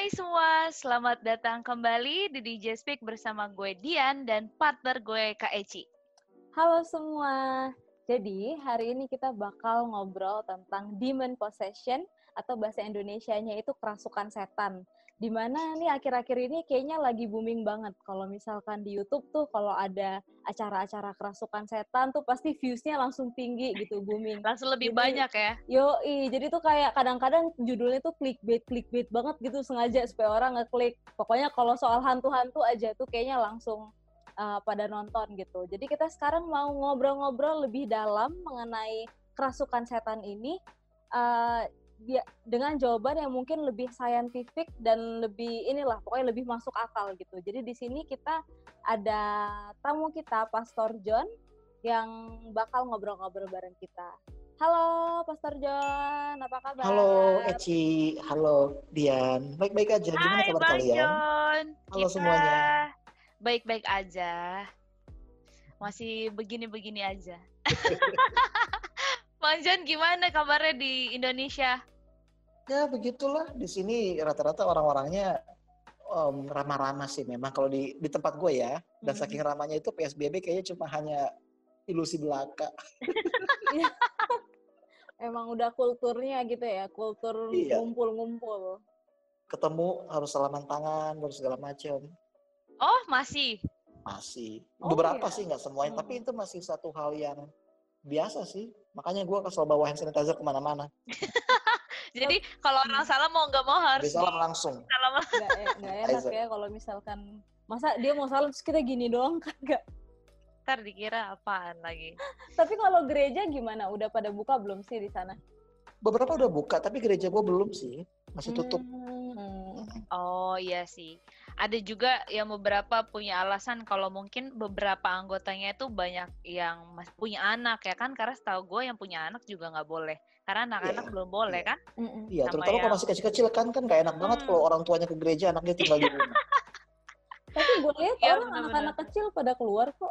Hai semua, selamat datang kembali di DJ Speak bersama gue Dian dan partner gue Kak Eci. Halo semua, jadi hari ini kita bakal ngobrol tentang demon possession atau bahasa Indonesianya itu kerasukan setan. Dimana nih akhir-akhir ini kayaknya lagi booming banget. Kalau misalkan di YouTube tuh kalau ada acara-acara kerasukan setan tuh pasti views-nya langsung tinggi gitu, booming. Langsung lebih Jadi, banyak ya. jadi tuh kayak kadang-kadang judulnya tuh clickbait banget gitu sengaja supaya orang ngeklik. Pokoknya kalau soal hantu-hantu aja tuh kayaknya langsung pada nonton gitu. Jadi kita sekarang mau ngobrol-ngobrol lebih dalam mengenai kerasukan setan ini dengan jawaban yang mungkin lebih saintifik dan lebih pokoknya lebih masuk akal gitu. Jadi di sini kita ada tamu kita, Pastor John, yang bakal ngobrol-ngobrol bareng kita. Halo Pastor John, apa kabar? Halo Eci, halo Dian. Baik-baik aja, gimana Hai kabar Bang kalian? John. Halo semuanya. Baik-baik aja. Masih begini-begini aja. Bang John, gimana kabarnya di Indonesia? Ya begitulah, di sini rata-rata orang-orangnya ramah-ramah sih memang kalau di tempat gue ya. Dan saking ramahnya itu PSBB kayaknya cuma hanya ilusi belaka. Emang udah kulturnya gitu ya, kultur Iya. ngumpul-ngumpul. Ketemu harus salaman tangan, harus segala macam. Oh, masih? Masih. Oh, Beberapa iya. sih, nggak semuanya. Tapi itu masih satu hal yang biasa sih. Makanya gue selalu bawa hand sanitizer kemana-mana. Jadi kalau orang salah mau nggak mau harus salam langsung. Salam. Nggak enak ya kalau misalkan masa dia mau salam terus kita gini doang kan nggak. Ntar dikira apaan lagi. Tapi kalau gereja gimana? Udah pada buka belum sih di sana? Beberapa udah buka, tapi gereja gue belum sih. Masih tutup. Oh iya sih. Ada juga yang beberapa punya alasan kalau mungkin beberapa anggotanya itu banyak yang punya anak ya kan. Karena setahu gue yang punya anak juga nggak boleh. Karena anak-anak belum boleh kan. Iya, terutama kalau masih kecil-kecil kan gak enak banget kalau orang tuanya ke gereja, anaknya tinggal di rumah. Tapi gue lihat Iya, orang anak-anak kecil pada keluar kok.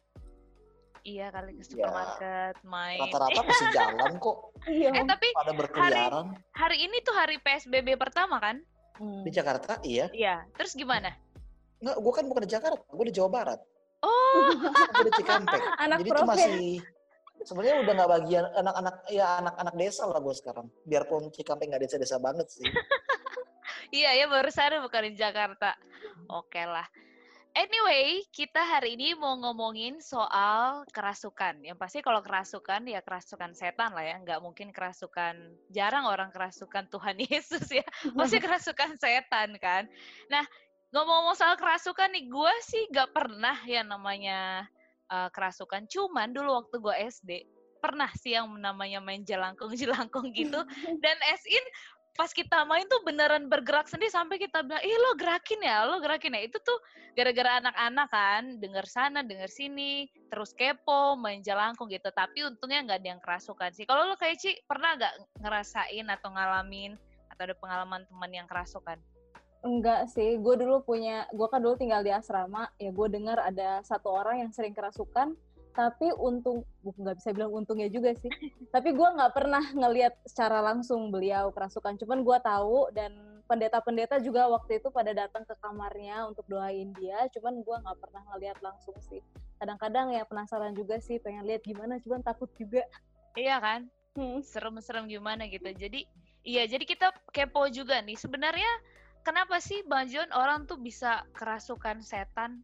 Iya kali ke supermarket, main. Rata-rata masih jalan kok. Iya. Tapi pada berkeliaran. Hari ini tuh hari PSBB pertama kan? Di Jakarta, iya. Iya, terus gimana? Enggak, gue kan bukan di Jakarta, gue di Jawa Barat. Oh. Gue di Cikampek. Jadi itu masih sebenarnya udah nggak bagian anak-anak desa lah gue sekarang. Biarpun Cikampek nggak desa-desa banget sih. Iya ya, baru sadar bukan di Jakarta. Oke lah. Anyway, kita hari ini mau ngomongin soal kerasukan. Yang pasti kalau kerasukan ya kerasukan setan lah ya. Nggak mungkin kerasukan, jarang orang kerasukan Tuhan Yesus ya. Pasti kerasukan setan kan. Nah, ngomong-ngomong soal kerasukan nih, gue sih nggak pernah ya namanya kerasukan. Cuman dulu waktu gue SD, pernah sih yang namanya main jelangkung-jelangkung gitu. Dan pas kita main tuh beneran bergerak sendiri sampai kita bilang, lo gerakin ya. Itu tuh gara-gara anak-anak kan, denger sana, denger sini, terus kepo, main jelangkung gitu. Tapi untungnya nggak ada yang kerasukan sih. Kalau lo kayak Ci, pernah nggak ngerasain atau ngalamin, atau ada pengalaman teman yang kerasukan? Enggak sih, gue kan dulu tinggal di asrama, ya gue dengar ada satu orang yang sering kerasukan, tapi nggak bisa bilang untungnya juga sih, tapi gue nggak pernah ngelihat secara langsung beliau kerasukan, cuman gue tahu dan pendeta-pendeta juga waktu itu pada datang ke kamarnya untuk doain dia, cuman gue nggak pernah ngelihat langsung sih. Kadang-kadang ya penasaran juga sih, pengen lihat gimana, cuman takut juga. Iya kan? Serem-serem gimana gitu. Jadi kita kepo juga nih. Sebenarnya kenapa sih Bang John orang tuh bisa kerasukan setan?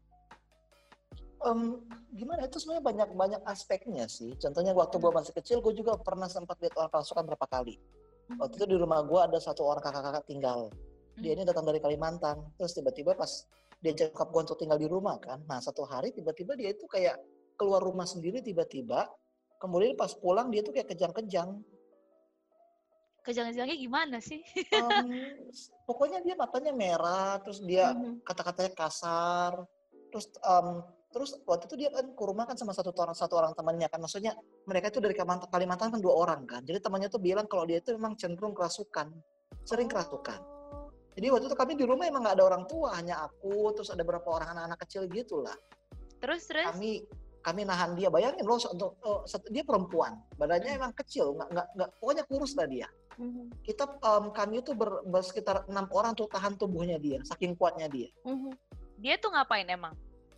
Gimana itu sebenarnya banyak aspeknya sih. Contohnya waktu gue masih kecil, gue juga pernah sempat lihat orang kerasukan berapa kali. Waktu itu di rumah gue ada satu orang kakak-kakak tinggal. Dia ini datang dari Kalimantan. Terus tiba-tiba pas dia cakap gue untuk tinggal di rumah kan. Nah satu hari tiba-tiba dia itu kayak keluar rumah sendiri tiba-tiba. Kemudian pas pulang dia tuh kayak kejang-kejang. Kejang-kejangnya gimana sih? Pokoknya dia matanya merah, terus dia kata-katanya kasar. Terus waktu itu dia kan ke rumah kan sama satu orang temannya kan, maksudnya mereka itu dari Kalimantan kan 2 orang kan, jadi temannya tuh bilang kalau dia itu memang cenderung kerasukan, sering kerasukan. Jadi waktu itu kami di rumah emang nggak ada orang tua, hanya aku, terus ada beberapa orang anak-anak kecil gitulah. Terus? kami nahan dia. Bayangin loh, dia perempuan, badannya emang kecil, nggak, pokoknya kurus lah dia. Kami itu sekitar 6 orang untuk tahan tubuhnya dia, saking kuatnya dia. Dia tuh ngapain emang?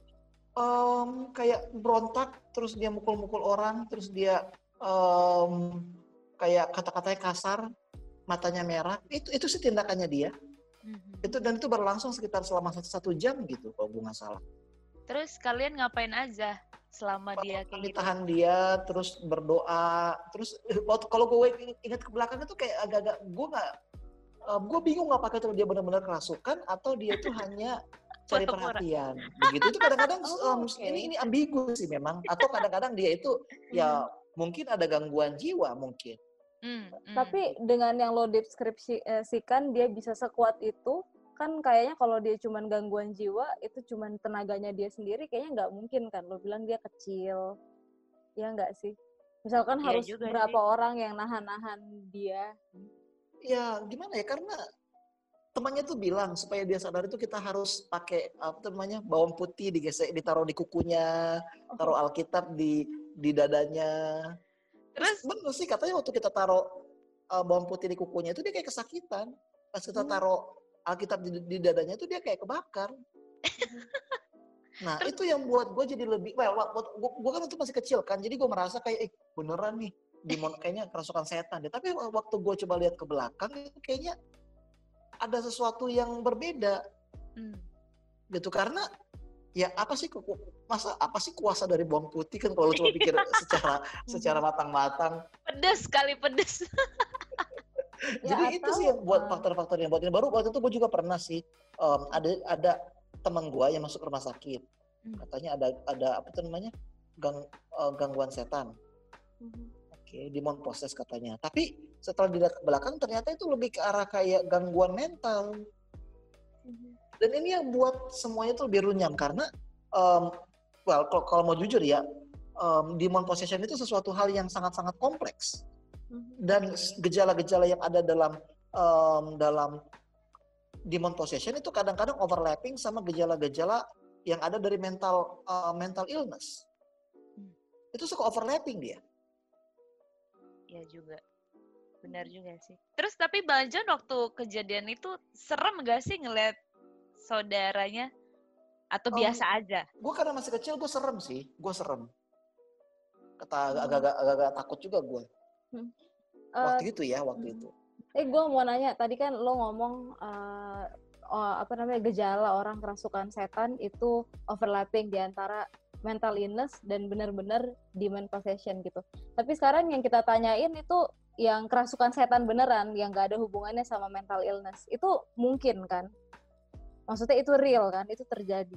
Kayak berontak, terus dia mukul-mukul orang, terus dia kayak kata-katanya kasar, matanya merah. Itu sih tindakannya dia. Dan itu berlangsung sekitar selama 1 jam gitu kalau gue nggak salah. Terus kalian ngapain aja selama dia kayak gitu? Tahan dia, terus berdoa, terus kalau gue ingat ke belakang itu kayak agak-agak gue bingung apakah itu dia benar-benar kerasukan atau dia itu hanya cari perhatian. Begitu itu kadang-kadang ini ambigu sih memang, atau kadang-kadang dia itu ya mungkin ada gangguan jiwa mungkin. Tapi dengan yang lo deskripsikan dia bisa sekuat itu, kan kayaknya kalau dia cuman gangguan jiwa itu cuman tenaganya dia sendiri, kayaknya nggak mungkin kan. Lo bilang dia kecil, ya nggak sih? Misalkan harus berapa orang yang nahan-nahan dia. Ya gimana ya, karena temannya tuh bilang supaya dia sadar itu kita harus pakai bawang putih digesek, ditaruh di kukunya, taruh Alkitab di dadanya. Terus bener sih katanya waktu kita taruh bawang putih di kukunya itu dia kayak kesakitan. Pas kita taruh Alkitab di dadanya itu dia kayak kebakar. Nah itu yang buat gue jadi lebih, gue kan waktu masih kecil kan, jadi gue merasa kayak beneran nih, kayaknya kerasukan setan deh. Tapi waktu gue coba lihat ke belakang, itu kayaknya ada sesuatu yang berbeda, gitu. Karena ya apa sih kuasa dari bawang putih kan kalau coba pikir secara matang-matang. Pedes sekali, pedes. Jadi itu sih yang buat faktor-faktor yang buat ini. Baru waktu itu gue juga pernah sih ada teman gue yang masuk rumah sakit, katanya ada apa tuh namanya gangguan setan. Demon possess katanya. Tapi setelah dilihat ke belakang ternyata itu lebih ke arah kayak gangguan mental. Dan ini yang buat semuanya itu lebih runyam karena kalau mau jujur ya, demon possession itu sesuatu hal yang sangat-sangat kompleks. Dan gejala-gejala yang ada dalam demon possession itu kadang-kadang overlapping sama gejala-gejala yang ada dari mental illness. Itu suka overlapping dia. Ya juga, benar juga sih. Terus tapi Bang John waktu kejadian itu serem gak sih ngeliat saudaranya? Atau biasa aja? Gue karena masih kecil gue serem sih, agak-agak takut juga gue. Waktu itu. Gue mau nanya, tadi kan lo ngomong gejala orang kerasukan setan itu overlapping di antara mental illness dan benar-benar demon possession gitu. Tapi sekarang yang kita tanyain itu yang kerasukan setan beneran, yang gak ada hubungannya sama mental illness. Itu mungkin kan? Maksudnya itu real kan? Itu terjadi.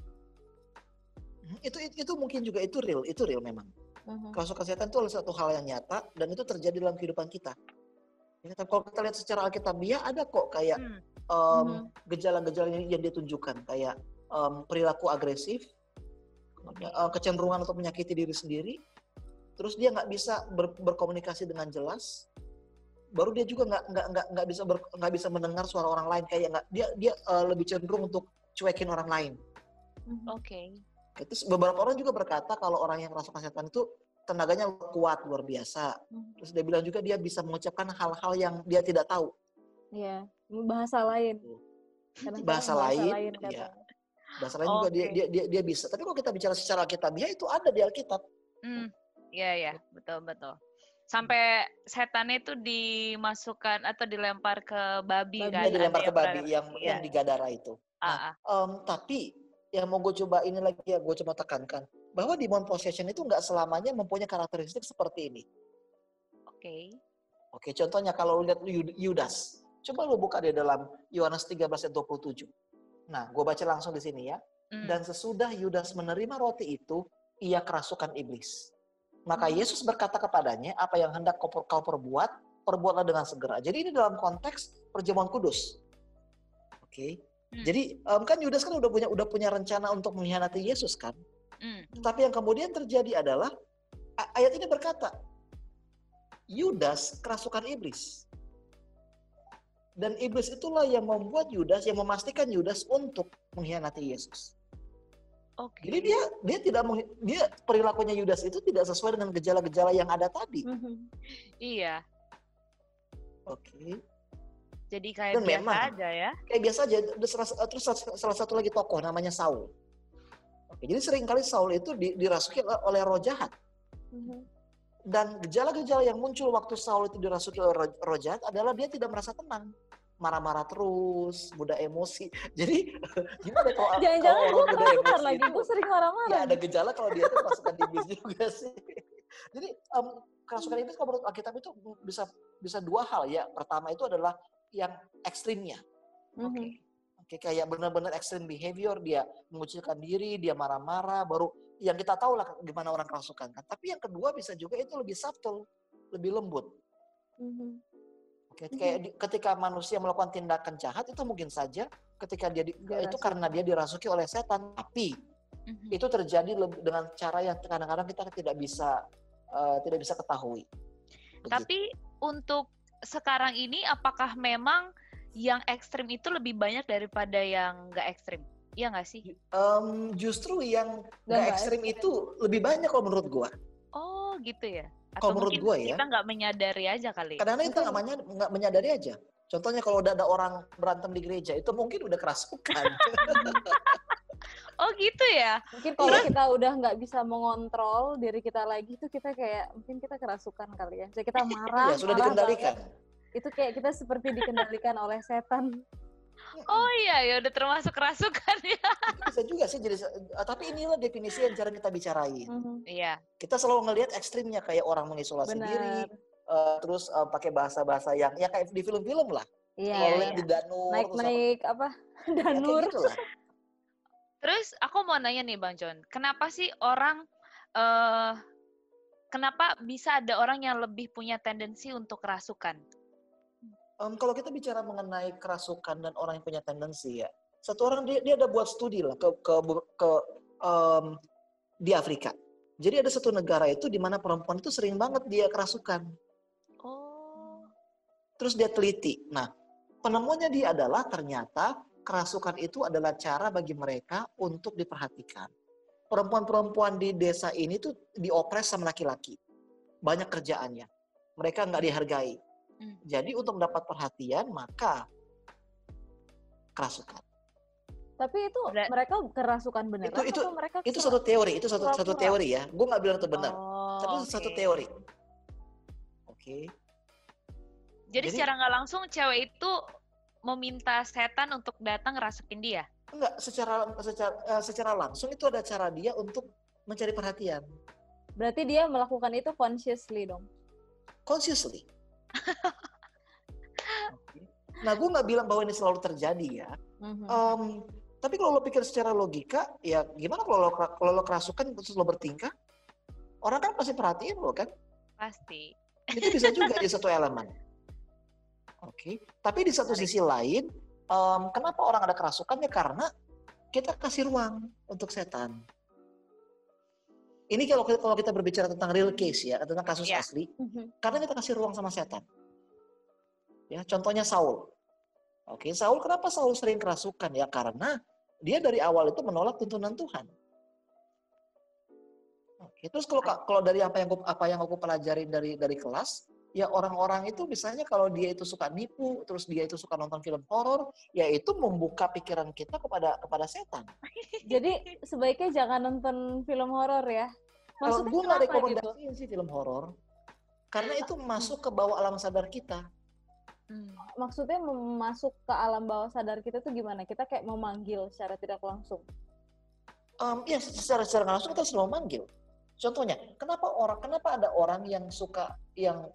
Itu mungkin juga itu real memang. Kerasukan setan itu adalah satu hal yang nyata dan itu terjadi dalam kehidupan kita. Ya, kalau kita lihat secara alkitabiah ada kok kayak gejala-gejala yang dia tunjukkan, kayak perilaku agresif, kecenderungan untuk menyakiti diri sendiri, terus dia nggak bisa berkomunikasi dengan jelas, baru dia juga nggak bisa mendengar suara orang lain, kayak dia lebih cenderung untuk cuekin orang lain. Terus beberapa orang juga berkata kalau orang yang kerasukan setan itu tenaganya kuat luar biasa. Terus dia bilang juga dia bisa mengucapkan hal-hal yang dia tidak tahu. Iya, bahasa lain. Bahasa lain ya. Bahasa lain juga dia bisa. Tapi kalau kita bicara secara alkitabiah itu ada di Alkitab. Iya, betul. Sampai setannya itu dimasukkan atau dilempar ke babi kan? Dilempar ke babi yang di Gadara itu. Tapi yang mau gue coba ini lagi ya, gue coba tekankan bahwa demon possession itu nggak selamanya mempunyai karakteristik seperti ini. Oke, contohnya kalau lihat Yudas, coba lu buka di dalam Yohanes 13 ayat 27. Nah, gue baca langsung di sini ya. Dan sesudah Yudas menerima roti itu, ia kerasukan iblis. Maka Yesus berkata kepadanya, apa yang hendak kau perbuat, perbuatlah dengan segera. Jadi ini dalam konteks perjamuan kudus. Jadi kan Yudas kan udah punya rencana untuk mengkhianati Yesus kan. Tapi yang kemudian terjadi adalah ayat ini berkata, Yudas kerasukan iblis. Dan iblis itulah yang membuat Yudas, yang memastikan Yudas untuk mengkhianati Yesus. Oke. Jadi dia perilakunya Yudas itu tidak sesuai dengan gejala-gejala yang ada tadi. Iya. Oke. Jadi kayak Dan biasa memang aja ya. kayak biasa aja. Terus salah satu lagi tokoh namanya Saul. Oke, jadi seringkali Saul itu dirasuki oleh roh jahat. Dan gejala-gejala yang muncul waktu Saul itu dirasuki oleh roh jahat adalah dia tidak merasa tenang. Marah-marah terus, mudah emosi. Jadi gimana kalau Jangan-jangan gue orang mudah kerasukan emosi lagi, itu? gue sering marah-marah. Ya ada gejala kalau dia itu kerasukan iblis juga sih. Jadi kerasukan iblis kalau menurut Alkitab itu bisa dua hal ya. Pertama itu adalah yang ekstrimnya. Oke, kayak benar-benar extreme behavior, dia mengucilkan diri, dia marah-marah, baru yang kita tahu lah gimana orang kerasukan kan. Tapi yang kedua bisa juga itu lebih subtle, lebih lembut. Oke, kayak ketika manusia melakukan tindakan jahat itu mungkin saja ketika itu karena dia dirasuki oleh setan, tapi itu terjadi dengan cara yang kadang-kadang kita tidak bisa ketahui. Tapi untuk sekarang ini apakah memang yang ekstrim itu lebih banyak daripada yang nggak ekstrim? Iya nggak sih? Justru yang nggak ekstrim itu lebih banyak kalau menurut gua. Oh gitu ya? Kalau Atau menurut mungkin gua ya, kita nggak menyadari aja kali? kadang-kadang kita nggak menyadari aja. Contohnya kalau udah ada orang berantem di gereja, itu mungkin udah kerasukan. Oh gitu ya? Mungkin kalau kita udah nggak bisa mengontrol diri kita lagi, itu kita kayak mungkin kita kerasukan kali ya. Jadi kita marah, Iya, sudah marah dikendalikan. banget. Itu kayak kita seperti dikendalikan oleh setan. Oh iya ya udah termasuk kerasukan ya. Bisa juga sih jadi, tapi inilah definisi yang cara kita bicarain. Iya. Kita selalu ngelihat ekstrimnya kayak orang mengisolasi diri, terus pakai bahasa-bahasa yang ya kayak di film-film lah. Iya. Di Danur, naik apa? Danur. Ya, gitu lah. Terus aku mau nanya nih Bang John, kenapa sih orang kenapa bisa ada orang yang lebih punya tendensi untuk kerasukan? Kalau kita bicara mengenai kerasukan dan orang yang punya tendensi ya, satu orang dia ada buat studi lah di Afrika. Jadi ada satu negara itu di mana perempuan itu sering banget dia kerasukan. Oh. Terus dia teliti. Nah, penemuannya dia adalah ternyata kerasukan itu adalah cara bagi mereka untuk diperhatikan. Perempuan-perempuan di desa ini tuh diopres sama laki-laki. Banyak kerjaannya. Mereka nggak dihargai. Jadi untuk mendapat perhatian maka kerasukan. Tapi itu mereka kerasukan beneran atau mereka itu satu teori, itu satu teori ya. Gue nggak bilang itu benar. Tapi itu satu teori. Oke. Jadi secara nggak langsung cewek itu meminta setan untuk datang ngerasukin dia? Enggak, secara langsung itu ada cara dia untuk mencari perhatian. Berarti dia melakukan itu consciously dong? Consciously. Nah, gue nggak bilang bahwa ini selalu terjadi ya. Tapi kalau lo pikir secara logika, ya gimana kalau lo kerasukan terus lo bertingkah? Orang kan pasti perhatiin lo kan? Pasti. Itu bisa juga jadi satu elemen. Oke. Tapi di satu sisi lain, kenapa orang ada kerasukan? Ya karena kita kasih ruang untuk setan. Ini kalau kita berbicara tentang real case ya, tentang kasus asli, karena kita kasih ruang sama setan. Ya, contohnya Saul. Oke, Saul kenapa Saul sering kerasukan? Ya karena dia dari awal itu menolak tuntunan Tuhan. Oke, terus kalau dari apa yang aku pelajarin dari kelas, ya orang-orang itu misalnya kalau dia itu suka nipu, terus dia itu suka nonton film horor, ya itu membuka pikiran kita kepada setan. Jadi sebaiknya jangan nonton film horor ya. Maksudnya gue nggak rekomendasiin sih film horor, karena itu masuk ke bawah alam sadar kita. Maksudnya masuk ke alam bawah sadar kita tuh gimana? Kita kayak memanggil secara tidak langsung. Ya secara langsung kita selalu manggil. Contohnya, kenapa ada orang yang suka yang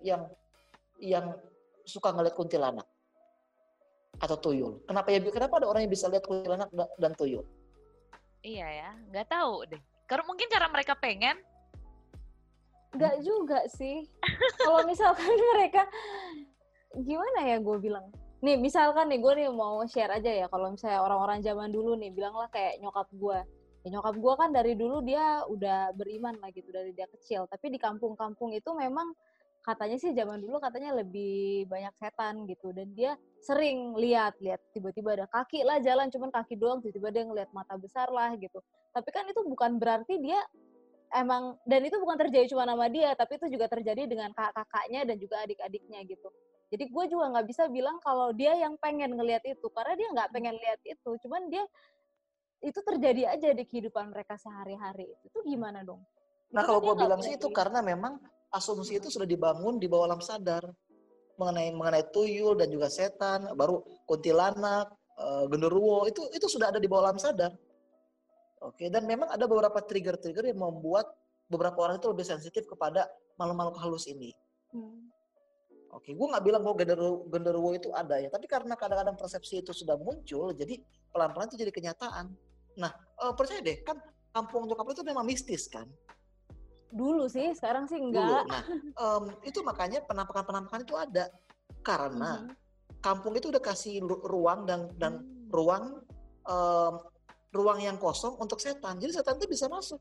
suka ngeliat kuntilanak atau tuyul? Kenapa ada orang yang bisa lihat kuntilanak dan tuyul? Iya ya, nggak tahu deh. Karena mungkin cara mereka pengen. Nggak juga sih. Kalau misalkan mereka gimana ya gue bilang? Nih misalkan nih gue nih mau share aja ya. Kalau misalnya orang-orang zaman dulu nih bilanglah kayak nyokap gue. Ya, nyokap gue kan dari dulu dia udah beriman lah gitu dari dia kecil. Tapi di kampung-kampung itu memang katanya sih zaman dulu katanya lebih banyak setan gitu, dan dia sering lihat tiba-tiba ada kaki lah jalan, cuman kaki doang, tiba-tiba dia ngeliat mata besar lah gitu. Tapi kan itu bukan berarti dia emang, dan itu bukan terjadi cuma sama dia, tapi itu juga terjadi dengan kakak-kakaknya dan juga adik-adiknya gitu. Jadi gue juga nggak bisa bilang kalau dia yang pengen ngelihat itu, karena dia nggak pengen lihat itu, cuman dia itu terjadi aja di kehidupan mereka sehari-hari. Itu gimana dong? Nah, Itu kan kalau dia gue nggak bilang punya sih itu pilihan. karena memang asumsi itu sudah dibangun di bawah alam sadar mengenai tuyul dan juga setan, baru kuntilanak, genderuwo itu sudah ada di bawah alam sadar. Oke, dan memang ada beberapa trigger-trigger yang membuat beberapa orang itu lebih sensitif kepada makhluk-makhluk halus ini. Oke, gue nggak bilang bahwa genderuwo itu ada ya, tapi karena kadang-kadang persepsi itu sudah muncul, jadi pelan-pelan itu jadi kenyataan. Nah, percaya deh, kan kampung nyokap itu memang mistis kan? Dulu sih, sekarang sih Dulu. enggak. Nah, itu makanya penampakan-penampakan itu ada. Karena kampung itu udah kasih ruang dan ruang ruang yang kosong untuk setan. Jadi setan itu bisa masuk.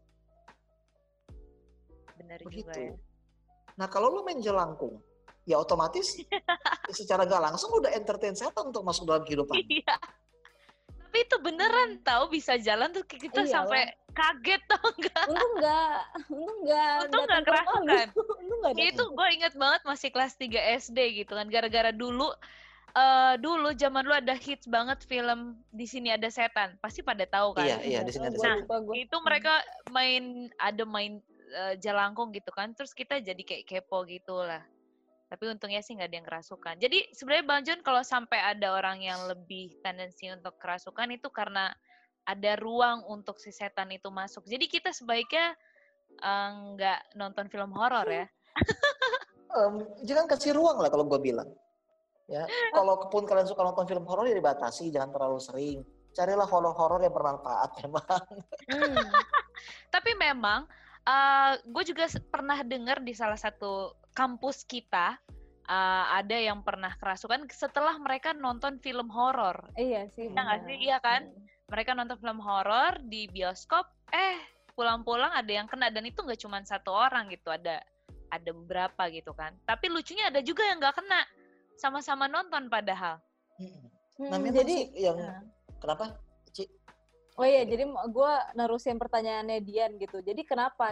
Benar Begitu. juga ya. Nah, kalau lu main jelangkung, ya otomatis secara gak langsung udah entertain setan untuk masuk dalam kehidupan. Iya. Tapi itu beneran tahu bisa jalan tuh kita sampai kaget tau enggak? Untung enggak Untung datang nggak ke rumah lu. kerasukan. Untung enggak Ya itu gue inget banget masih kelas 3 SD gitu kan. Gara-gara dulu zaman dulu ada hits banget film Di Sini Ada Setan. Pasti pada tahu kan? Iya, di sini ada Nah, setan. itu mereka main jelangkung gitu kan. Terus kita jadi kayak kepo gitu lah. Tapi untungnya sih nggak ada yang kerasukan. Jadi sebenarnya Bang John kalau sampai ada orang yang lebih tendensi untuk kerasukan itu karena ada ruang untuk si setan itu masuk. Jadi kita sebaiknya nggak nonton film horor ya. Jangan kasih ruang lah kalau gue bilang. Ya, kalaupun kalian suka nonton film horor ya dibatasi, jangan terlalu sering. Carilah horor-horor yang bermanfaat memang. Tapi memang gue juga pernah dengar di salah satu kampus kita ada yang pernah kerasukan setelah mereka nonton film horor. Iya sih. Iya nggak sih? Iya kan? Mereka nonton film horor di bioskop, pulang-pulang ada yang kena, dan itu nggak cuma satu orang gitu, ada beberapa gitu kan. Tapi lucunya ada juga yang nggak kena, sama-sama nonton padahal. Nah memang jadi, sih yang kenapa? Ci? Oh iya, jadi gue nerusin pertanyaannya Dian gitu. Jadi kenapa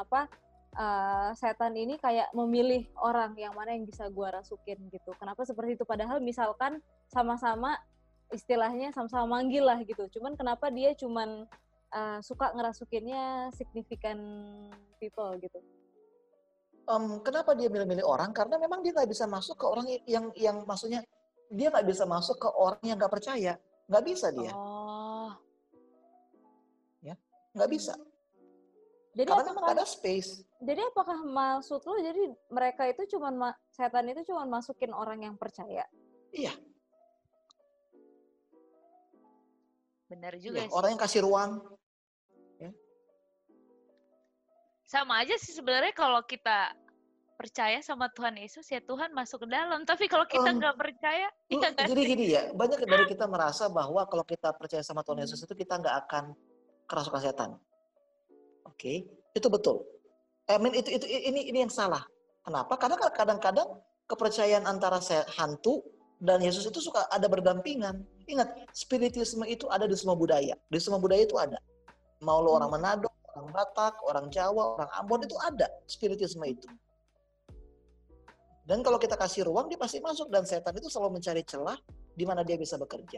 setan ini kayak memilih orang yang mana yang bisa gue rasukin gitu. Kenapa seperti itu? Padahal misalkan sama-sama istilahnya sama-sama manggil lah gitu. Cuman kenapa dia cuman suka ngerasukinnya significant people gitu? Kenapa dia milih-milih orang? Karena memang dia nggak bisa masuk ke orang yang maksudnya dia nggak bisa masuk ke orang yang nggak percaya. Nggak bisa dia. Ya, nggak bisa. Jadi karena memang nggak ada space. Jadi apakah maksud lo jadi mereka itu setan itu cuman masukin orang yang percaya? Iya. Benar juga sih. Orang yang kasih ruang. Ya. Sama aja sih sebenarnya kalau kita percaya sama Tuhan Yesus ya Tuhan masuk ke dalam. Tapi kalau kita nggak percaya, jadi gini ya, banyak dari kita merasa bahwa kalau kita percaya sama Tuhan Yesus itu kita nggak akan kerasukan setan. Oke, itu betul. Ini yang salah. Kenapa? Karena kadang-kadang kepercayaan antara hantu dan Yesus itu suka ada berdampingan. Ingat, spiritisme itu ada di semua budaya. Di semua budaya itu ada. Mau lo orang Manado, orang Batak, orang Jawa, orang Ambon, itu ada spiritisme itu. Dan kalau kita kasih ruang, dia pasti masuk. Dan setan itu selalu mencari celah di mana dia bisa bekerja.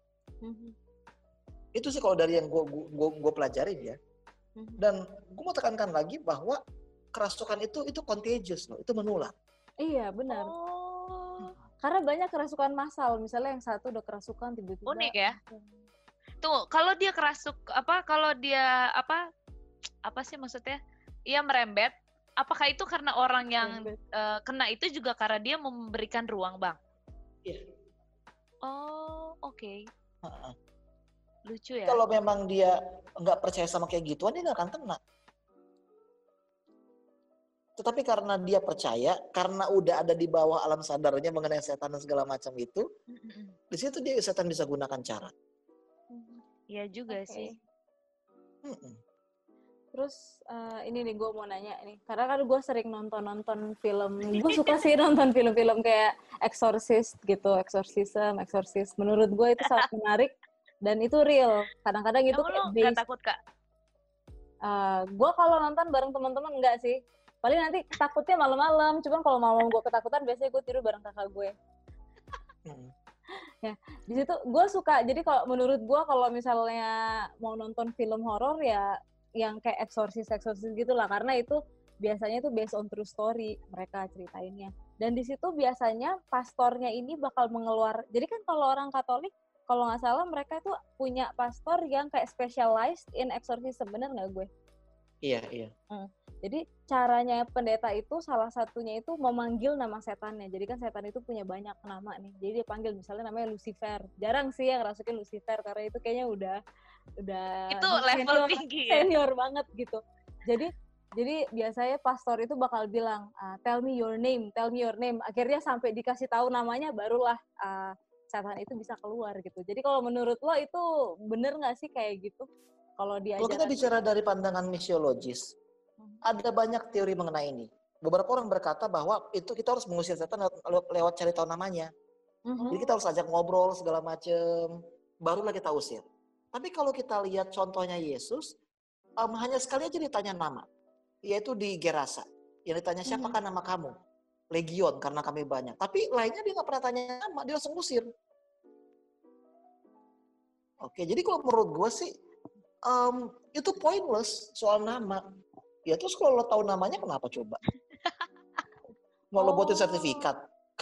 Itu sih kalau dari yang gue pelajarin ya. Dan gue mau tekankan lagi bahwa kerasukan itu contagious loh, itu menular. Iya benar. Karena banyak kerasukan massal, misalnya yang satu udah kerasukan tiba-tiba. Unik ya. Tuh, kalau dia kalau dia apa sih maksudnya? Ia merembet. Apakah itu karena orang yang kena itu juga karena dia memberikan ruang, Bang? Iya. Oh, oke. Lucu ya. Kalau memang dia nggak percaya sama kayak gituan, dia nggak akan kena. Tetapi karena dia percaya, karena udah ada di bawah alam sadarnya mengenai setan dan segala macam itu, di situ setan bisa gunakan cara. Iya juga sih. Terus ini nih gue mau nanya nih, karena kan gue sering nonton film, gue suka sih nonton film-film kayak Exorcist gitu, Exorcist. Menurut gue itu sangat menarik dan itu real. Kadang-kadang itu Emang kayak lu nggak based. takut, Kak? Gue kalau nonton bareng teman-teman enggak sih. Paling nanti takutnya malam-malam. Cuman kalau malam gue ketakutan, biasanya gue tidur bareng kakak gue. Ya, di situ gue suka. Jadi kalau menurut gue kalau misalnya mau nonton film horor ya yang kayak Exorcist gitulah, karena itu biasanya itu based on true story mereka ceritainnya. Dan di situ biasanya pastornya ini bakal jadi kan kalau orang Katolik kalau nggak salah mereka itu punya pastor yang kayak specialized in exorcism, bener nggak gue? Iya. Jadi caranya pendeta itu salah satunya itu memanggil nama setannya. Jadi kan setan itu punya banyak nama nih. Jadi dia panggil misalnya namanya Lucifer. Jarang sih yang rasukin Lucifer karena itu kayaknya udah itu level tinggi ya. Senior banget gitu. Jadi biasanya pastor itu bakal bilang, tell me your name. Akhirnya sampai dikasih tahu namanya barulah setan itu bisa keluar gitu. Jadi kalau menurut lo itu bener nggak sih kayak gitu? Kalau Kalau kita bicara dari pandangan misiologis, ada banyak teori mengenai ini. Beberapa orang berkata bahwa itu kita harus mengusir setan lewat cari tahu namanya. Jadi kita harus ajak ngobrol segala macam, barulah kita usir. Tapi kalau kita lihat contohnya Yesus, hanya sekali aja ditanya nama, yaitu di Gerasa. Yang ditanya siapakah nama kamu? Legion, karena kami banyak. Tapi lainnya dia nggak pernah tanya nama, dia langsung usir. Oke, jadi kalau menurut gue sih, itu pointless soal nama. Ya terus kalau lo tahu namanya kenapa coba? Mau lo buatin sertifikat?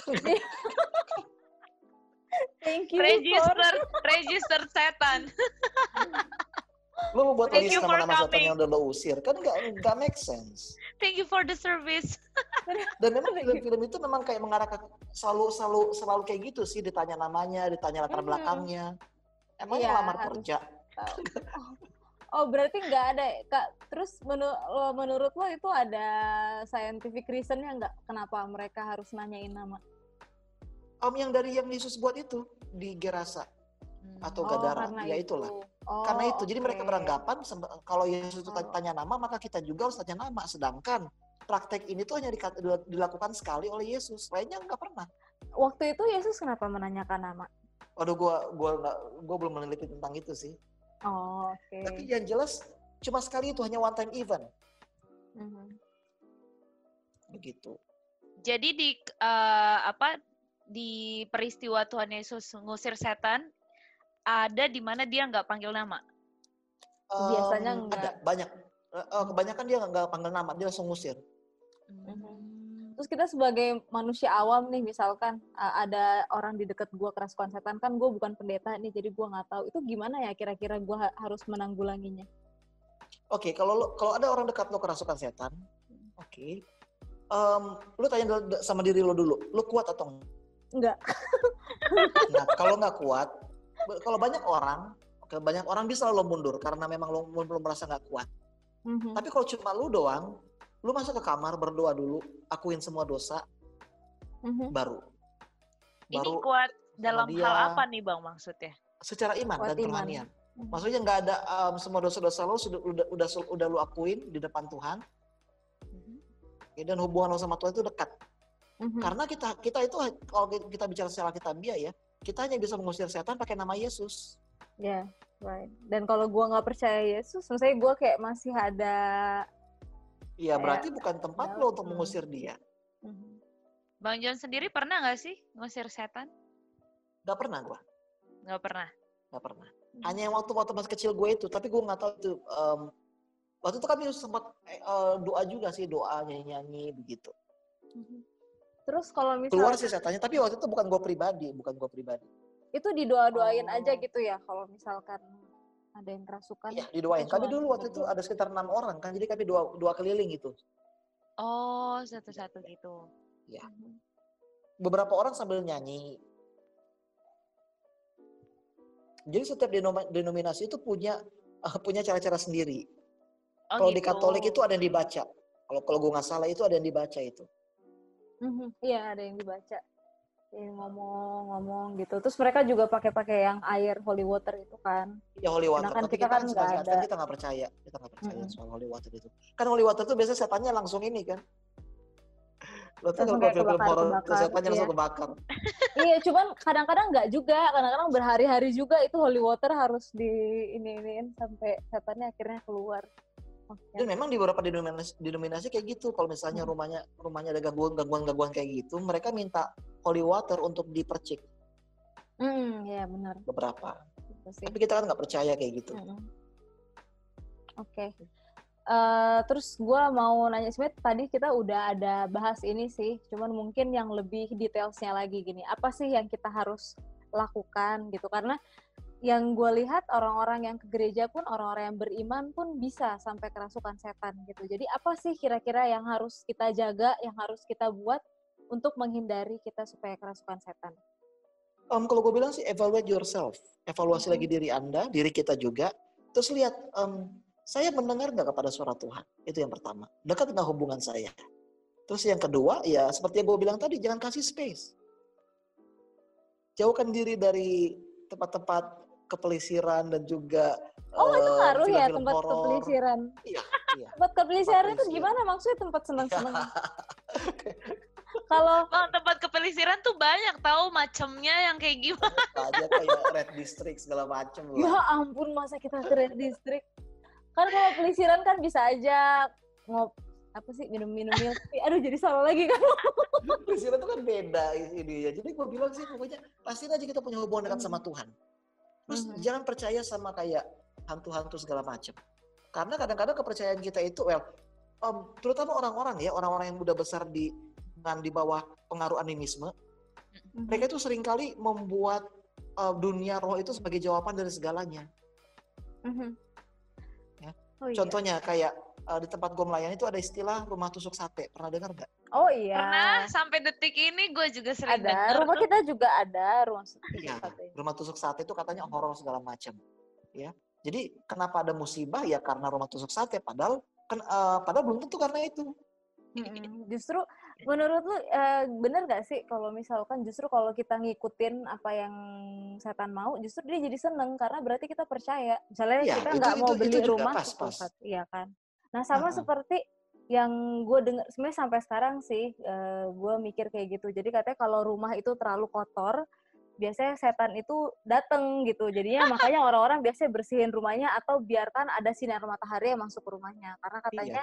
Thank you Register setan. Lo mau buat Thank list you for nama-nama setan coming. yang udah lo usir, kan nggak make sense. Thank you for the service. Dan memang film-film itu memang kayak mengarah ke selalu kayak gitu sih, ditanya namanya, ditanya latar belakangnya. Emangnya lamar kerja? Oh berarti nggak ada, Kak. Terus menurut lo itu ada scientific reason-nya nggak kenapa mereka harus nanyain nama? Yang dari yang Yesus buat itu di Gerasa atau Gadara, ya itulah. Karena itu, jadi mereka beranggapan kalau Yesus itu tanya nama, maka kita juga harus tanya nama. Sedangkan praktek ini tuh hanya dilakukan sekali oleh Yesus, lainnya nggak pernah. Waktu itu Yesus kenapa menanyakan nama? Waduh, gue belum meneliti tentang itu sih. Oke. Tapi yang jelas cuma sekali, itu hanya one time event. Begitu. Jadi di peristiwa Tuhan Yesus ngusir setan, ada di mana dia nggak panggil nama? Biasanya enggak. Ada banyak. Kebanyakan dia nggak panggil nama, dia langsung ngusir. Terus kita sebagai manusia awam nih, misalkan ada orang di dekat gue kerasukan setan, kan gue bukan pendeta nih, jadi gue nggak tahu itu gimana ya kira-kira gue harus menanggulanginya. Oke, kalau ada orang dekat lo kerasukan setan, oke. Lo tanya sama diri lo dulu, lo kuat atau enggak? Nah, kalau nggak kuat, kalau banyak orang bisa lo mundur karena memang lo belum merasa nggak kuat. Tapi kalau cuma lo doang, lu masuk ke kamar, berdoa dulu, akuin semua dosa, baru. Ini kuat dalam hal apa nih Bang maksudnya? Secara iman dan kerohanian. Maksudnya nggak ada semua dosa-dosa lo udah lu akuin di depan Tuhan, dan hubungan lo sama Tuhan itu dekat. Karena kita itu kalau kita bicara secara kitabiah ya, kita hanya bisa mengusir setan pakai nama Yesus. Ya, right. Dan kalau gue nggak percaya Yesus, maksudnya gue kayak masih ada. Iya, berarti bukan tempat lo untuk mengusir dia. Bang John sendiri pernah nggak sih ngusir setan? Gak pernah gue. Nggak pernah? Gak pernah. Hanya yang waktu masih kecil gue itu, tapi gue nggak tahu itu. Waktu itu kami sempat doa juga sih, doa nyanyi begitu. Terus kalau misalnya keluar sih setannya, tapi waktu itu bukan gue pribadi. Itu didoa-doain aja gitu ya, kalau misalkan ada yang kerasukan. Iya, didoain. Kami dulu waktu itu ada sekitar 6 orang kan, jadi kami doa keliling gitu. Oh, satu-satu gitu. Ya. Beberapa orang sambil nyanyi. Jadi setiap denominasi itu punya cara-cara sendiri. Kalau di Katolik itu ada yang dibaca. Kalau gue nggak salah itu ada yang dibaca itu. Iya, ada yang dibaca. ngomong gitu. Terus mereka juga pakai yang air holy water itu kan. Ya holy water, Sedangkan tapi kita kita kan kan nggak sebagai ada. Advent kita nggak percaya soal holy water itu. Kan holy water tuh biasanya setannya langsung ini kan. Lo tuh Langsung kalau kayak film horor kebakar, setannya iya. langsung kebakar. Iya, cuman kadang-kadang nggak juga. Kadang-kadang berhari-hari juga itu holy water harus ini sampai setannya akhirnya keluar. Dan memang di beberapa denominasi kayak gitu. Kalau misalnya rumahnya ada gangguan kayak gitu, mereka minta holy water untuk dipercik. Ya benar. Beberapa. Gitu sih. Tapi kita kan nggak percaya kayak gitu. Oke. Terus gue mau nanya, sebenarnya tadi kita udah ada bahas ini sih, cuman mungkin yang lebih detailsnya lagi gini, apa sih yang kita harus lakukan gitu, karena yang gue lihat orang-orang yang ke gereja pun, orang-orang yang beriman pun bisa sampai kerasukan setan gitu. Jadi apa sih kira-kira yang harus kita jaga, yang harus kita buat untuk menghindari kita supaya kerasukan setan? Kalau gue bilang sih evaluate yourself, evaluasi lagi diri Anda, diri kita juga, terus lihat saya mendengar nggak kepada suara Tuhan, itu yang pertama, dekat nggak hubungan saya. Terus yang kedua ya seperti yang gue bilang tadi, jangan kasih space, jauhkan diri dari tempat-tempat kepelisiran dan juga itu ngaruh ya film-film tempat horor. kepelisiran. Iya. Tempat kepelisiran itu gimana maksudnya, tempat senang-senang? Kalau tempat kepelisiran tuh banyak tahu macamnya yang kayak gimana. Aja kayak Red District segala macem lah. Ya ampun, masa kita ke Red District? Kan kalau pelisiran kan bisa aja minum-minum milk. Aduh, jadi salah lagi kan. Pelisiran itu kan beda ini ya. Jadi gue bilang sih pokoknya pastiin aja kita punya hubungan dekat sama Tuhan. Terus jangan percaya sama kayak hantu-hantu segala macam. Karena kadang-kadang kepercayaan kita itu terutama orang-orang yang udah besar di bawah pengaruh animisme, mereka itu seringkali membuat dunia roh itu sebagai jawaban dari segalanya. Ya. Contohnya kayak di tempat gue melayani itu ada istilah rumah tusuk sate. Pernah dengar nggak? Oh iya. Pernah, sampai detik ini gue juga sering dengar. Ada, rumah kita juga ada rumah tusuk sate. Rumah tusuk sate itu katanya horor segala macam. Ya. Jadi kenapa ada musibah ya karena rumah tusuk sate, padahal belum tentu karena itu. Justru menurut lu bener gak sih kalau misalkan justru kalau kita ngikutin apa yang setan mau, justru dia jadi seneng karena berarti kita percaya. Misalnya kita nggak mau beli rumah, pas. Iya kan. Nah sama seperti yang gue dengar, sebenarnya sampai sekarang sih gue mikir kayak gitu. Jadi katanya kalau rumah itu terlalu kotor, biasanya setan itu dateng gitu. Jadinya makanya orang-orang biasanya bersihin rumahnya atau biarkan ada sinar matahari yang masuk ke rumahnya. Karena katanya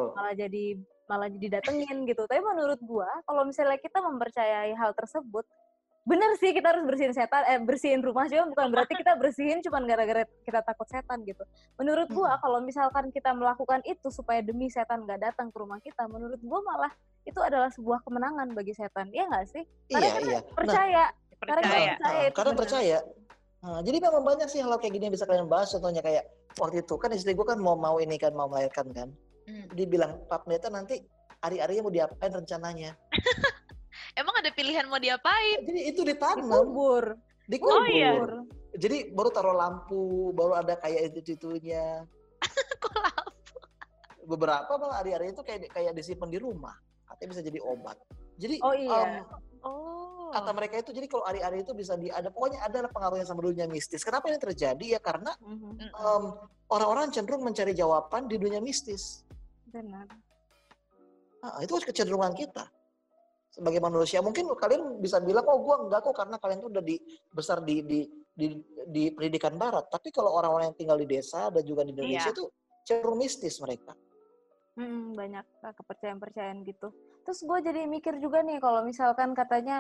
malah jadi datengin gitu. Tapi menurut gua, kalau misalnya kita mempercayai hal tersebut, bener sih kita harus bersihin rumah, cuma bukan berarti kita bersihin cuma gara-gara kita takut setan gitu. Menurut gua, kalau misalkan kita melakukan itu supaya demi setan nggak datang ke rumah kita, menurut gua malah itu adalah sebuah kemenangan bagi setan. Iya nggak sih? Karena kita percaya. Karena percaya. Nah, jadi memang banyak sih hal kayak gini yang bisa kalian bahas. Contohnya kayak waktu itu kan istri gue kan mau melahirkan kan. Dia bilang, Pak Pendeta nanti ari-arinya mau diapain rencananya? Emang ada pilihan mau diapain? Jadi itu ditanam. Dikubur. Oh iya. Jadi baru taruh lampu, baru ada kayak itu-itunya. Kok lampu? Beberapa malah ari-ari itu kayak disimpan di rumah. Katanya bisa jadi obat. Jadi kata mereka itu, jadi kalau ari-ari itu bisa pokoknya ada pengaruhnya sama dunia mistis. Kenapa ini terjadi? Ya karena orang-orang cenderung mencari jawaban di dunia mistis. Benar. Itu kecenderungan kita sebagai manusia. Mungkin kalian bisa bilang, oh gue enggak kok karena kalian tuh udah besar di pendidikan barat. Tapi kalau orang-orang yang tinggal di desa dan juga di Indonesia itu cenderung mistis mereka. Banyak kepercayaan-percayaan gitu. Terus gue jadi mikir juga nih, kalau misalkan katanya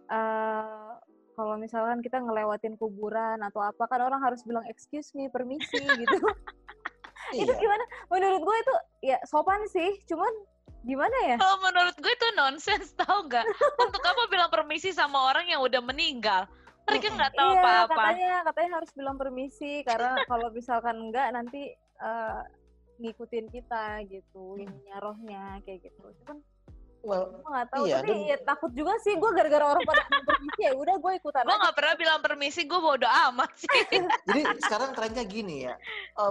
kalau misalkan kita ngelewatin kuburan atau apa, kan orang harus bilang excuse me, permisi gitu. Itu gimana? Menurut gue itu ya sopan sih, cuman gimana ya? Kalau menurut gue itu nonsense, tau nggak? Untuk apa bilang permisi sama orang yang udah meninggal? Mereka nggak tahu apa-apa. Katanya harus bilang permisi karena kalau misalkan enggak nanti ngikutin kita gitu, ininya rohnya kayak gitu. Cuman gue nggak tahu, tapi ya takut juga sih gue gara-gara orang pada bilang permisi ya udah gue ikutan. Gue nggak pernah bilang permisi, gue bodo amat sih. Jadi sekarang trennya gini ya,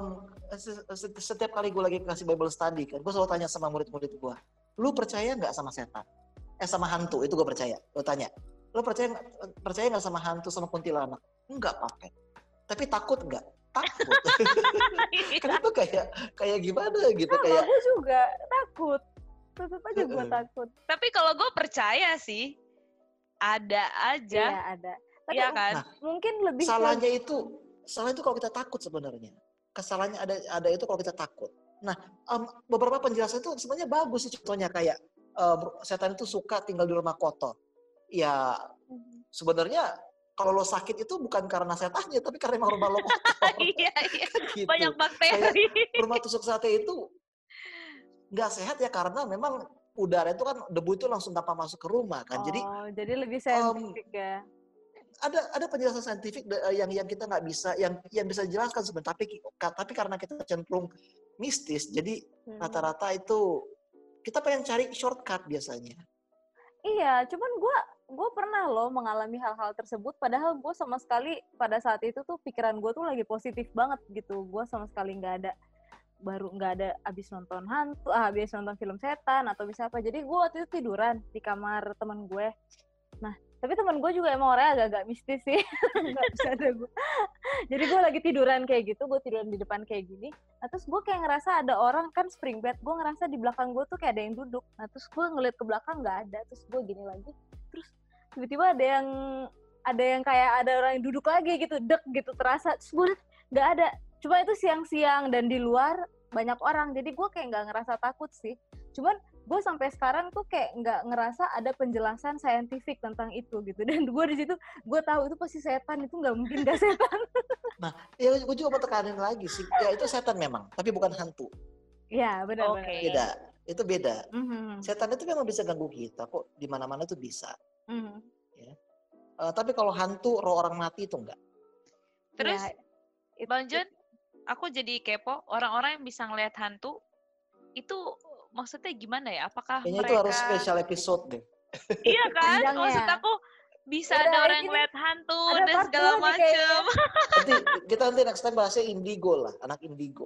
setiap kali gue lagi kasih Bible study kan, gue selalu tanya sama murid-murid gue, lu percaya nggak sama setan? Sama hantu? Itu gue percaya. Gue tanya, Lo percaya nggak sama hantu sama kuntilanak? Enggak, Pak. Tapi takut nggak? Takut. Karena itu kayak gimana gitu, Sama kayak gue juga takut. Tetep aja gue takut. Tapi kalau gue percaya sih, ada aja. Iya ada. Tapi Iya kan? Nah, mungkin lebih salahnya itu kalau kita takut sebenarnya. Kesalahannya ada itu kalau kita takut. Nah, beberapa penjelasan itu sebenarnya bagus sih, contohnya kayak setan itu suka tinggal di rumah kotor. Ya sebenarnya kalau lo sakit itu bukan karena setannya, tapi karena emang rumah lo kotor. Iya. Kan gitu. Banyak bakteri. Kayak rumah tusuk sate itu nggak sehat ya karena memang udara itu kan debu itu langsung tanpa masuk ke rumah kan. jadi lebih saintifik ya. Ada penjelasan saintifik yang kita nggak bisa yang bisa dijelaskan sebenarnya, tapi karena kita cenderung mistis, jadi rata-rata itu kita pengen cari shortcut biasanya. Iya, cuman gue pernah loh mengalami hal-hal tersebut, padahal gue sama sekali pada saat itu tuh pikiran gue tuh lagi positif banget gitu. Gue sama sekali nggak ada abis nonton hantu, abis nonton film setan atau bisa apa. Jadi gue waktu itu tiduran di kamar teman gue. Nah, tapi teman gue juga emang orangnya agak-agak mistis sih, nggak bisa ada gue. Jadi gue lagi tiduran kayak gitu, gue tiduran di depan kayak gini. Nah, terus gue kayak ngerasa ada orang kan spring bed, gue ngerasa di belakang gue tuh kayak ada yang duduk. Nah, terus gue ngeliat ke belakang nggak ada, terus gue gini lagi. Terus tiba-tiba ada yang kayak ada orang yang duduk lagi gitu, dek gitu terasa. Terus gue liat nggak ada. Cuma itu siang-siang dan di luar banyak orang, jadi gue kayak nggak ngerasa takut sih. Cuman gue sampai sekarang tuh kayak nggak ngerasa ada penjelasan saintifik tentang itu gitu. Dan gue di situ gue tahu itu pasti setan, itu nggak mungkin nggak setan. Nah, ya gue juga mau tekanin lagi sih, ya itu setan memang, tapi bukan hantu. Iya benar. Okay. Beda, itu beda. Setan itu memang bisa ganggu kita kok, di mana-mana itu bisa. Ya. Tapi kalau hantu, roh orang mati itu enggak. Terus, ya, Bang John, aku jadi kepo, orang-orang yang bisa ngelihat hantu, itu maksudnya gimana ya? Apakah kayaknya mereka... itu harus special episode deh. Iya kan? Maksud aku, bisa ada orang yang ngeliat hantu dan segala macem. Kita nanti next time bahasnya indigo lah, anak indigo.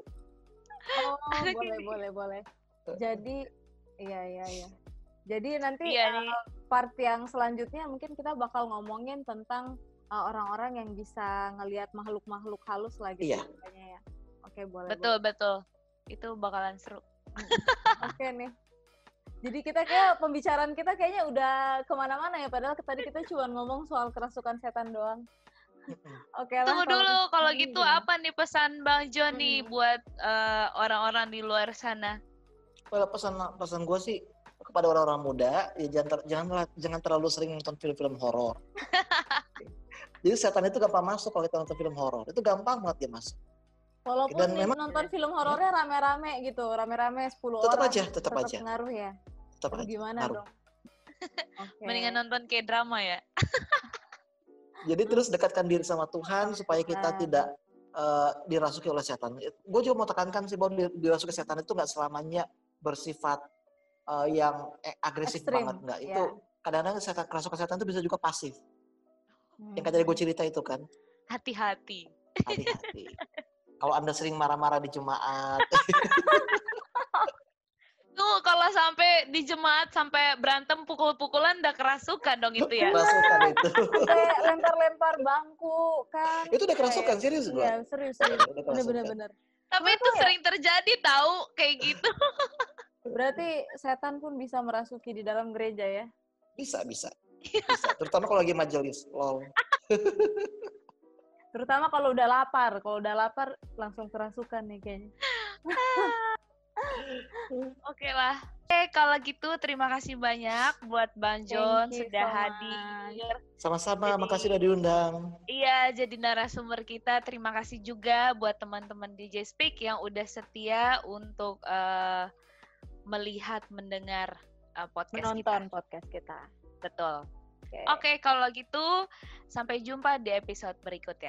Boleh. Jadi, iya. Jadi nanti part yang selanjutnya mungkin kita bakal ngomongin tentang orang-orang yang bisa ngelihat makhluk-makhluk halus lagi. Iya. Ya. Oke, boleh. Betul. Itu bakalan seru. Oke nih. Jadi pembicaraan kita kayaknya udah kemana-mana ya, padahal tadi kita cuma ngomong soal kerasukan setan doang. Oke lah. Tunggu dulu, kalau gitu apa nih pesan Bang John nih buat orang-orang di luar sana? Well, pesan gue sih kepada orang-orang muda, ya jangan terlalu sering nonton film-film horor. Jadi setan itu gampang masuk kalau kita nonton film horor. Itu gampang banget dia masuk. Walaupun nonton film horornya rame-rame gitu, rame-rame 10 orang. Tetap aja. Pengaruh ya. Tetap aja. Gimana dong? Mendingan nonton kayak drama ya. Jadi terus dekatkan diri sama Tuhan supaya kita tidak dirasuki oleh setan. Gue juga mau tekankan sih bahwa dirasuki setan itu nggak selamanya bersifat yang agresif Extreme, banget, nggak. Itu kadang-kadang kerasukan setan itu bisa juga pasif. Yang kayak tadi gue cerita itu kan. Hati-hati. Kalau Anda sering marah-marah di jemaat. Tuh kalau sampai di jemaat sampai berantem pukul-pukulan udah kerasukan dong itu ya. Kerasukan itu. Lempar-lempar bangku kan. Itu udah kerasukan, serius gue. Iya, serius. Bener-bener. Tapi itu sering terjadi tahu kayak gitu. Berarti setan pun bisa merasuki di dalam gereja ya? Bisa. Terutama kalau lagi majelis. Lol. Terutama kalau udah lapar. Kalau udah lapar langsung kerasukan nih kayaknya. Oke lah. Kalau gitu terima kasih banyak buat Bang John sudah hadir. Sama-sama, makasih udah diundang. Iya, jadi narasumber kita. Terima kasih juga buat teman-teman DJ Speak yang udah setia untuk melihat, mendengar menonton podcast kita. Betul. Oke, kalau gitu sampai jumpa di episode berikutnya.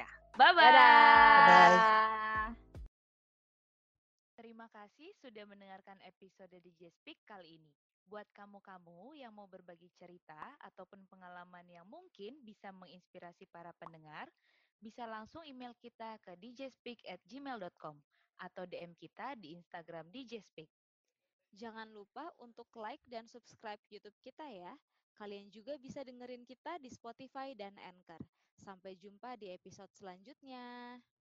Bye-bye. Terima kasih sudah mendengarkan episode DJ Speak kali ini. Buat kamu-kamu yang mau berbagi cerita ataupun pengalaman yang mungkin bisa menginspirasi para pendengar, bisa langsung email kita ke djspeak@gmail.com atau DM kita di Instagram DJ Speak. Jangan lupa untuk like dan subscribe YouTube kita ya. Kalian juga bisa dengerin kita di Spotify dan Anchor. Sampai jumpa di episode selanjutnya.